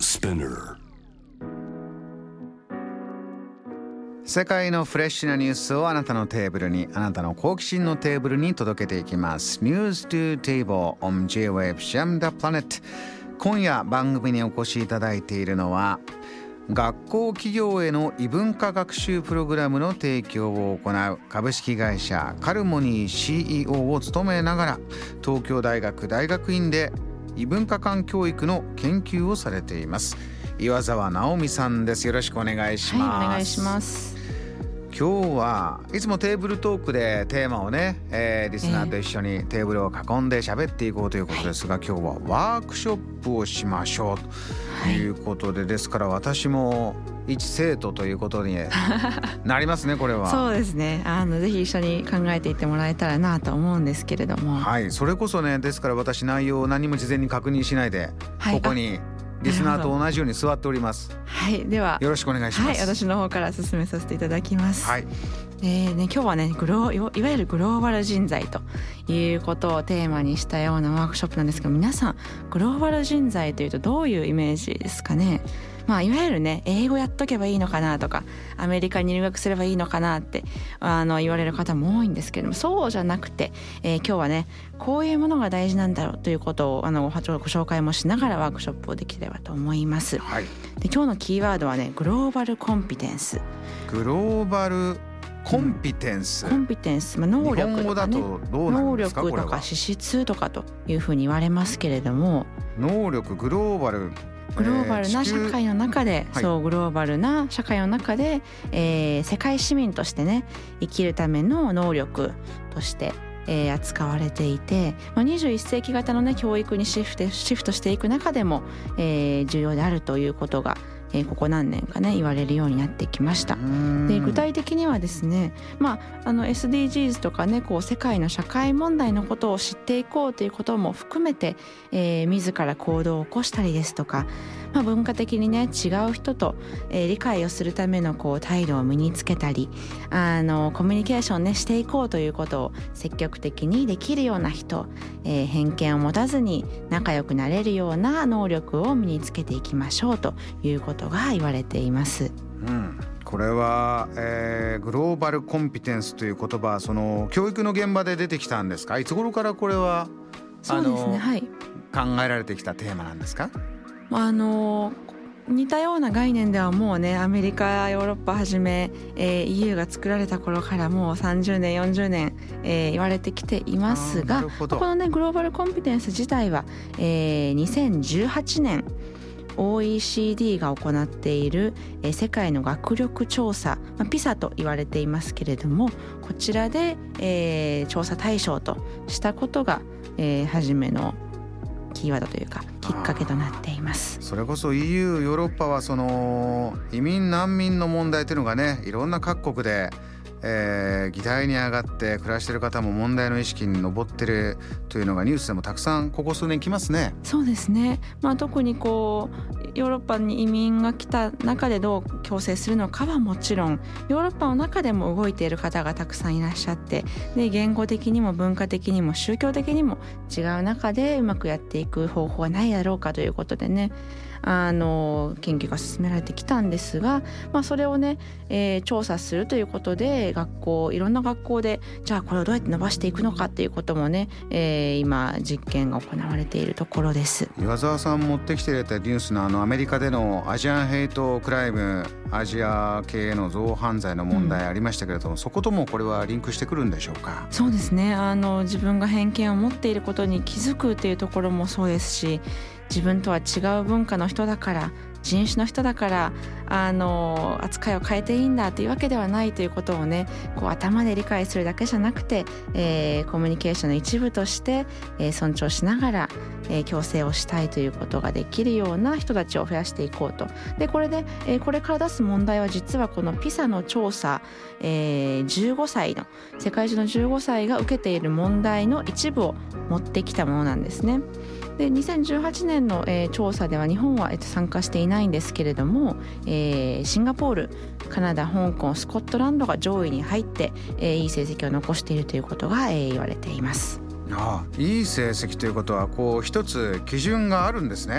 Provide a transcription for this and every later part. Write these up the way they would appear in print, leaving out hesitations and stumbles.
Spinner。 世界のフレッシュなニュースをあなたのテーブルに、あなたの好奇心のテーブルに届けていきます。 News to Table on J-Wave Jam the Planet。 今夜番組にお越しいただいているのは、学校企業への異文化学習プログラムの提供を行う株式会社カルモニー CEO を務めながら、東京大学大学院で異文化間教育の研究をされています岩澤直美さんです。よろしくお願いします。 はい、お願いします。 今日はいつもテーブルトークでテーマをね、リスナーと一緒にテーブルを囲んで喋っていこうということですが、今日はワークショップをしましょうということで、ですから私も一生徒ということになりますねこれは。 そうですね、ぜひ一緒に考えていってもらえたらなと思うんですけれども、 はい、それこそね、ですから私内容を何も事前に確認しないで、 はい、 ここにリスナーと同じように座っております。 はい、ではよろしくお願いします。 はい、私の方から進めさせていただきます。 はい。 今日はね、いわゆるグローバル人材ということをテーマにしたようなワークショップなんですけど、皆さんグローバル人材というとどういうイメージですかね。いわゆるね、英語やっとけばいいのかなとか、アメリカに入学すればいいのかなって言われる方も多いんですけれども、そうじゃなくて、今日はね、こういうものが大事なんだろうということをご紹介もしながらワークショップをできればと思います。 はい。 で、今日のキーワードはね、グローバルコンピテンス。 グローバルコンピテンス、 コンピテンス、能力とかね、 日本語だとどうなんですか。 能力とか資質とかというふうに言われますけれども、 能力、グローバルな社会の中で、 はい、 そうグローバルな社会の中で、世界市民としてね、生きるための能力として、扱われていて、21世紀型のね、教育にシフトしていく中でも、重要であるということが、ここ何年かね、言われるようになってきました。で、具体的にはですね、SDGs とかね、こう世界の社会問題のことを知っていこうということも含めて、自ら行動を起こしたりですとか、文化的にね、違う人と、理解をするためのこう態度を身につけたり、コミュニケーションね、していこうということを積極的にできるような人、偏見を持たずに仲良くなれるような能力を身につけていきましょうということが言われています。 これは、グローバルコンピテンスという言葉、その教育の現場で出てきたんですか。いつ頃からこれはそうですね、はい、 考えられてきたテーマなんですか。 似たような概念ではもうね、アメリカ、ヨーロッパはじめ、EU が作られた頃からもう30年40年、言われてきていますが、このね、グローバルコンピテンス自体は、2018年OECD が行っている、世界の学力調査、PISA と言われていますけれども、こちらで、調査対象としたことが、初めのキーワードというかきっかけとなっています。 それこそ EU、ヨーロッパはその移民難民の問題というのがね、いろんな各国で、議題に上がって暮らしている方も問題の意識に上っているというのがニュースでもたくさんここ数年来ますね。 そうですね、特にこうヨーロッパに移民が来た中でどう共生するのかはもちろん、ヨーロッパの中でも動いている方がたくさんいらっしゃって、で、言語的にも文化的にも宗教的にも違う中でうまくやっていく方法はないだろうかということでね、研究が進められてきたんですが、それをね、調査するということで、いろんな学校でじゃあこれをどうやって伸ばしていくのかっていうこともね、今実験が行われているところです。 岩澤さん持ってきてくれたニュースのアメリカでのアジアンヘイトクライム、アジア系への憎犯罪の問題ありましたけれども、そこともこれはリンクしてくるんでしょうか。 そうですね、自分が偏見を持っていることに気づくっていうところもそうですし、自分とは違う文化の人だから、人種の人だから扱いを変えていいんだというわけではないということをね、こう頭で理解するだけじゃなくて、コミュニケーションの一部として、尊重しながら、共生をしたいということができるような人たちを増やしていこうと。で、これで、これから出す問題は実はこの PISA の調査、15歳の世界中の15歳が受けている問題の一部を持ってきたものなんですね。で、2018年の、調査では日本は、参加していないんですけれども、シンガポール、カナダ、香港、スコットランドが上位に入って、いい成績を残しているということが、言われています。 いい成績ということはこう一つ基準があるんですね。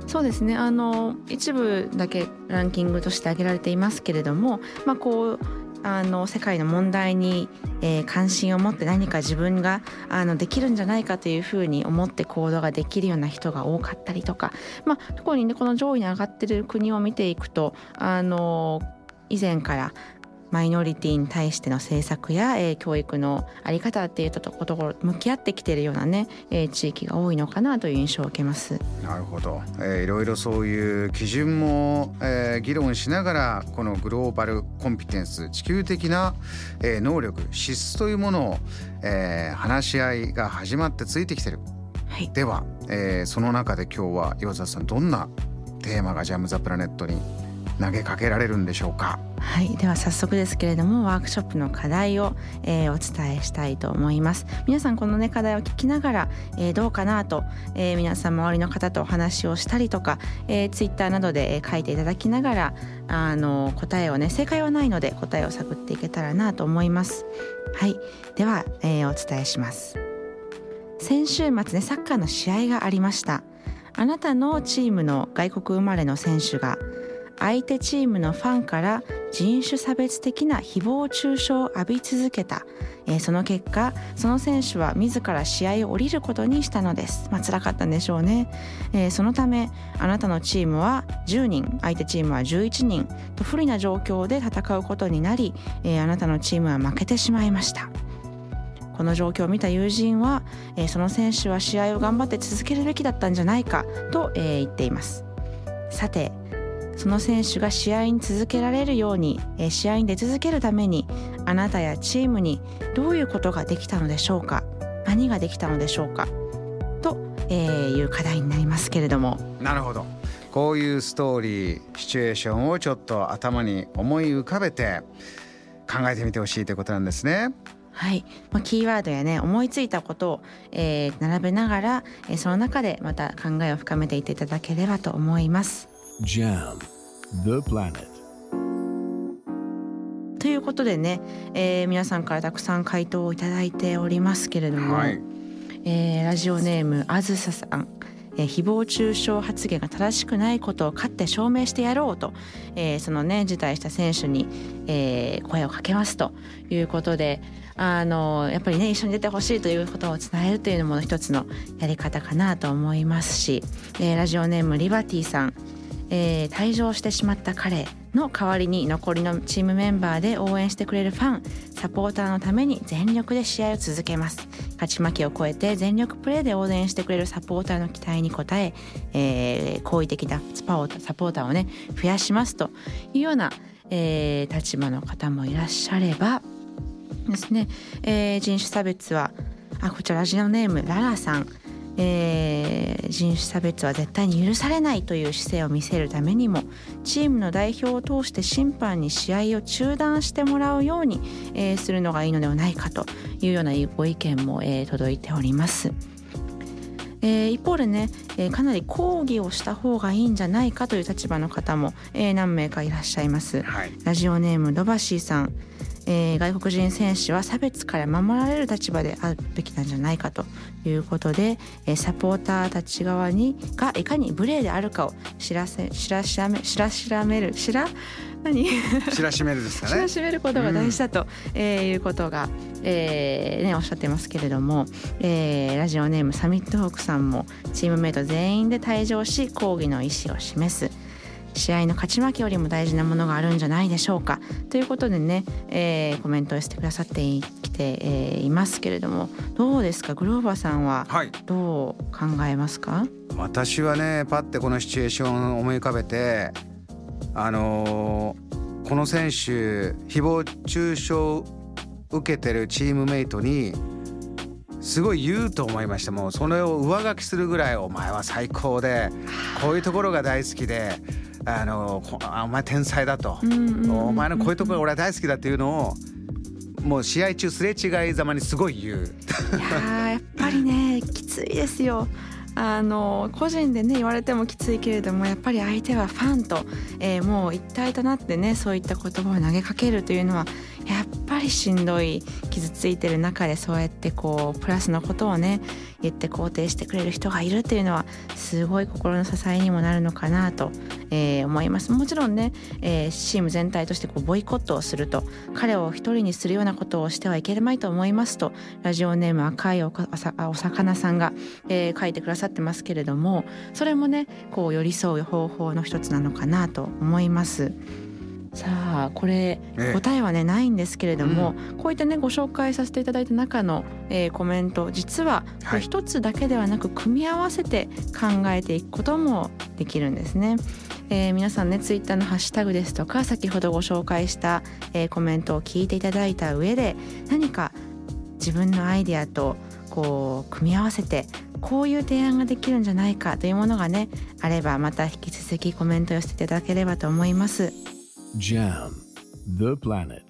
そうですね、一部だけランキングとして挙げられていますけれども、世界の問題に、関心を持って何か自分ができるんじゃないかというふうに思って行動ができるような人が多かったりとか、特にねこの上位に上がっている国を見ていくと以前からマイノリティに対しての政策や、教育の在り方っていうところ向き合ってきているようなね、地域が多いのかなという印象を受けます。 なるほど、いろいろそういう基準も、議論しながらこのグローバルコンピテンス、地球的な、能力、資質というものを、話し合いが始まってついてきている、はい、では、その中で今日は岩澤さん、どんなテーマがジャム・ザ・プラネットに投げかけられるんでしょうか。 はい、では早速ですけれどもワークショップの課題を、お伝えしたいと思います。皆さんこの、ね、課題を聞きながら、どうかなと、皆さん周りの方とお話をしたりとか、ツイッターなどで、書いていただきながら答えをね、正解はないので答えを探っていけたらなと思います。はい、では、お伝えします。先週末ね、サッカーの試合がありました。あなたのチームの外国生まれの選手が相手チームのファンから人種差別的な誹謗中傷を浴び続けた、その結果その選手は自ら試合を降りることにしたのです。辛かったんでしょうね。そのためあなたのチームは10人、相手チームは11人と不利な状況で戦うことになり、あなたのチームは負けてしまいました。この状況を見た友人は、その選手は試合を頑張って続けるべきだったんじゃないかと、言っています。さてその選手が試合に続けられるように、試合に出続けるためにあなたやチームにどういうことができたのでしょうか、何ができたのでしょうかと、いう課題になりますけれども。 なるほど、こういうストーリー、シチュエーションをちょっと頭に思い浮かべて考えてみてほしいということなんですね。 はい、キーワードやね、思いついたことを、並べながら、その中でまた考えを深めていっていただければと思います。 Jam, the planet. ということでね、皆さんからたくさん回答をいただいておりますけれども、はい、ラジオネームあずささん、誹謗中傷発言が正しくないことを勝って証明してやろうと、そのね辞退した選手に、声をかけますということで、やっぱりね一緒に出てほしいということを伝えるというのも一つのやり方かなと思いますし、ラジオネームリバティさん、退場してしまった彼の代わりに残りのチームメンバーで応援してくれるファン、サポーターのために全力で試合を続けます。勝ち負けを超えて全力プレーで応援してくれるサポーターの期待に応え、好意的なサポーターをね増やしますというような、立場の方もいらっしゃればですね、人種差別はこちらラジオネームララさん、人種差別は絶対に許されないという姿勢を見せるためにもチームの代表を通して審判に試合を中断してもらうように、するのがいいのではないかというようなご意見も、届いております。一方でね、かなり抗議をした方がいいんじゃないかという立場の方も、何名かいらっしゃいます、はい、ラジオネームドバシーさん、外国人選手は差別から守られる立場であるべきなんじゃないかということで、サポーターたち側がいかに無礼であるかを知らしめるですかね。知らしめることが大事だと、いうことが、おっしゃってますけれども、ラジオネームサミットホークさんもチームメイト全員で退場し抗議の意思を示す。試合の勝ち負けよりも大事なものがあるんじゃないでしょうかということでね、コメントをしてくださってきて、いますけれども、どうですか、グローバーさんはどう考えますか？ 私はね、パッてこのシチュエーションを思い浮かべて、この選手誹謗中傷を受けてるチームメイトにすごい言うと思いました。もうそれを上書きするぐらい、お前は最高でこういうところが大好きで、お前天才だと、お前のこういうところが俺は大好きだっていうのをもう試合中すれ違いざまにすごい言う。 やっぱりねきついですよ。個人でね言われてもきついけれども、やっぱり相手はファンと、もう一体となってねそういった言葉を投げかけるというのはやっぱりしんどい傷ついてる中でそうやってこうプラスのことをね言って肯定してくれる人がいるっていうのはすごい心の支えにもなるのかなと、思います。もちろんね、チーム全体としてこうボイコットをすると彼を一人にするようなことをしてはいけないと思いますとラジオネーム赤いお魚さんが、書いてくださってますけれども、それもねこう寄り添う方法の一つなのかなと思います。さあこれ答えはねないんですけれども、こういったねご紹介させていただいた中の、コメント、実は一つだけではなく組み合わせて考えていくこともできるんですね。皆さんねツイッターのハッシュタグですとか先ほどご紹介した、コメントを聞いていただいた上で何か自分のアイデアとこう組み合わせてこういう提案ができるんじゃないかというものがねあればまた引き続きコメントを寄せていただければと思います。 Jam, the planet.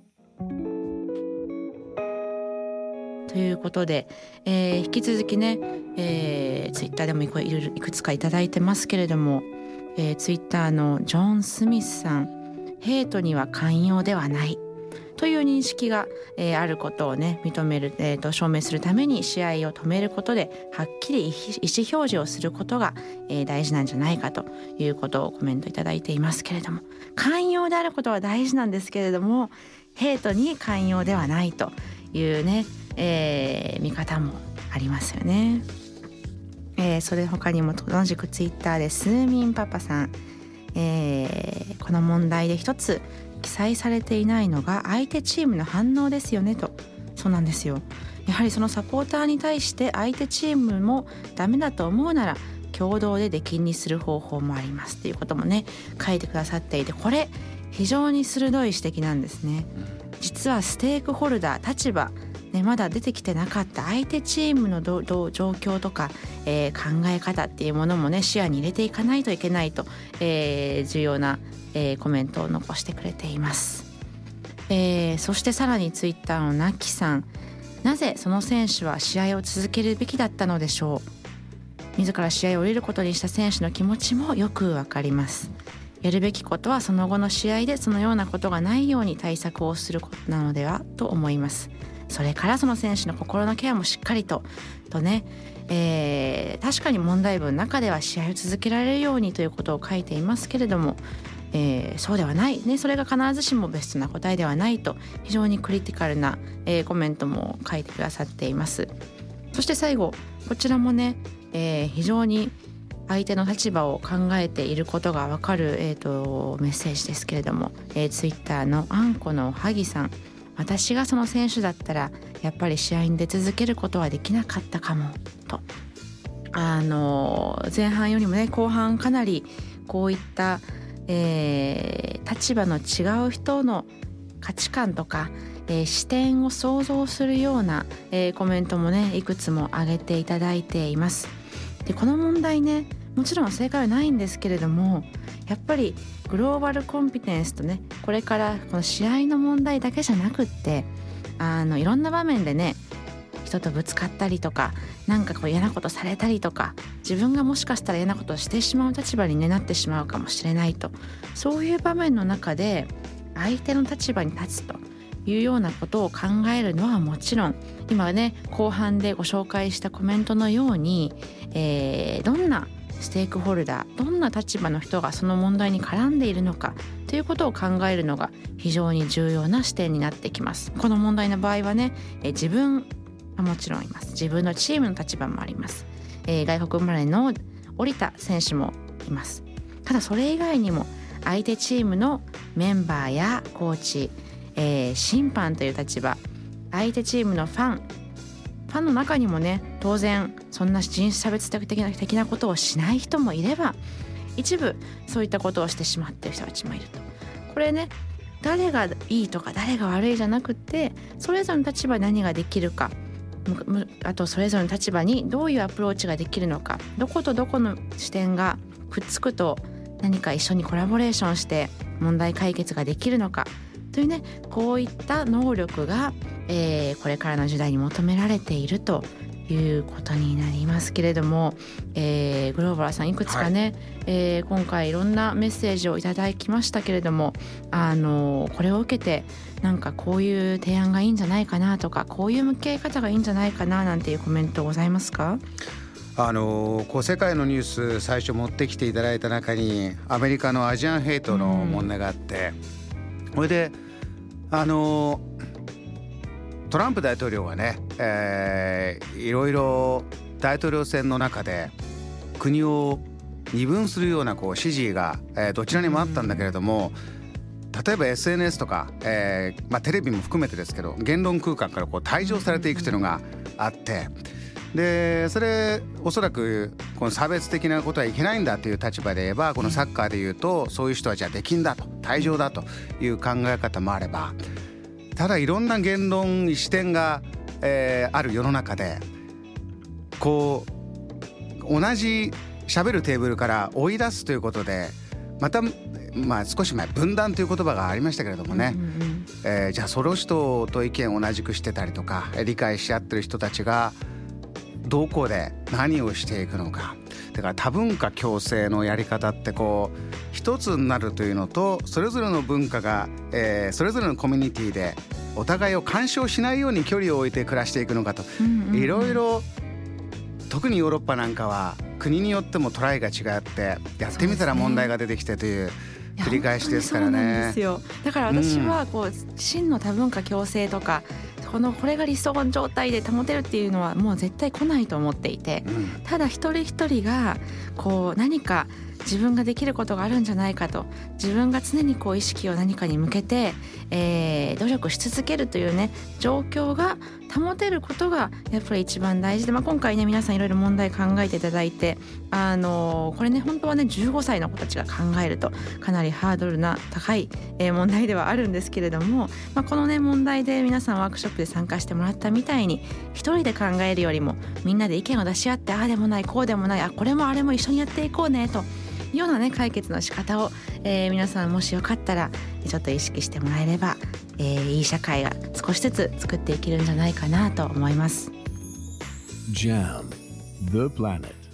ということで、引き続きね、ツイッターでもいくつかいただいてますけれども、ツイッターのジョン・スミスさん、ヘイトには寛容ではないという認識が、あることをね認める、証明するために試合を止めることではっきり意思表示をすることが、大事なんじゃないかということをコメントいただいていますけれども、寛容であることは大事なんですけれどもヘイトに寛容ではないというね、見方もありますよね。それ他にも同じくツイッターでスーミンパパさん、この問題で一つ記載されていないのが相手チームの反応ですよねと。そうなんですよ。やはりそのサポーターに対して相手チームもダメだと思うなら共同で出禁にする方法もありますということもね書いてくださっていて、これ非常に鋭い指摘なんですね。実はステークホルダー立場ね、まだ出てきてなかった相手チームの状況とか、考え方っていうものもね視野に入れていかないといけないと、重要な、コメントを残してくれています。そしてさらにツイッターのナキさん、なぜその選手は試合を続けるべきだったのでしょう。自ら試合を降りることにした選手の気持ちもよくわかります。やるべきことはその後の試合でそのようなことがないように対策をすることなのではと思います。それからその選手の心のケアもしっかりとね、確かに問題文の中では試合を続けられるようにということを書いていますけれども、そうではない、ね、それが必ずしもベストな答えではないと非常にクリティカルな、コメントも書いてくださっています。そして最後こちらもね、非常に相手の立場を考えていることが分かる、メッセージですけれども、ツイッターのあんこの萩さん、私がその選手だったらやっぱり試合に出続けることはできなかったかもと。前半よりもね後半かなりこういった、立場の違う人の価値観とか、視点を想像するような、コメントもねいくつも挙げていただいています。でこの問題ねもちろん正解はないんですけれども、やっぱりグローバルコンピテンスとねこれからこの試合の問題だけじゃなくっていろんな場面でね人とぶつかったりとかなんかこう嫌なことされたりとか自分がもしかしたら嫌なことをしてしまう立場に、ね、なってしまうかもしれないと、そういう場面の中で相手の立場に立つというようなことを考えるのはもちろん今ね後半でご紹介したコメントのように、どんなステークホルダーどんな立場の人がその問題に絡んでいるのかということを考えるのが非常に重要な視点になってきます。この問題の場合はね、自分はもちろんいます。自分のチームの立場もあります。外国生まれの降りた選手もいます。ただそれ以外にも相手チームのメンバーやコーチ、審判という立場、相手チームのファンの中にもね当然そんな人種差別的なことをしない人もいれば一部そういったことをしてしまっている人たちもいると。これね誰がいいとか誰が悪いじゃなくてそれぞれの立場に何ができるか、あとそれぞれの立場にどういうアプローチができるのか、どことどこの視点がくっつくと何か一緒にコラボレーションして問題解決ができるのかというねこういった能力が、これからの時代に求められているということになりますけれども、グローバラさんいくつかね、今回いろんなメッセージをいただきましたけれども、これを受けてなんかこういう提案がいいんじゃないかなとか、こういう向き合い方がいいんじゃないかななんていうコメントございますか？ こう世界のニュース最初持ってきていただいた中にアメリカのアジアンヘイトの問題があって、それでトランプ大統領はね、いろいろ大統領選の中で国を二分するようなこう支持が、どちらにもあったんだけれども、例えば SNS とか、テレビも含めてですけど言論空間からこう退場されていくというのがあって、でそれおそらくこの差別的なことはいけないんだという立場で言えば、このサッカーで言うとそういう人はじゃあ出禁だと、退場だという考え方もあれば、ただいろんな言論視点が、ある世の中でこう同じ喋るテーブルから追い出すということでまた、少し前分断という言葉がありましたけれどもね、じゃあその人と意見を同じくしてたりとか理解し合ってる人たちがどこで何をしていくのか。だから多文化共生のやり方ってこう一つになるというのと、それぞれの文化が、それぞれのコミュニティでお互いを干渉しないように距離を置いて暮らしていくのかと、いろいろ特にヨーロッパなんかは国によってもトライが違ってやってみたら問題が出てきてという繰り返しですからね。 そうなんですよ。だから私はこう、真の多文化共生とかこれが理想の状態で保てるっていうのはもう絶対来ないと思っていて、ただ一人一人がこう何か自分ができることがあるんじゃないかと、自分が常にこう意識を何かに向けて、努力し続けるというね状況が保てることがやっぱり一番大事で、今回ね皆さんいろいろ問題考えていただいて、これね本当はね15歳の子たちが考えるとかなりハードルな高い、問題ではあるんですけれども、このね問題で皆さんワークショップで参加してもらったみたいに、一人で考えるよりもみんなで意見を出し合って、ああでもないこうでもない、これもあれも一緒にやっていこうねというようなね解決の仕方を、皆さんもしよかったらちょっと意識してもらえれば、いい社会が少しずつ作っていけるんじゃないかなと思います。 JAM The Planet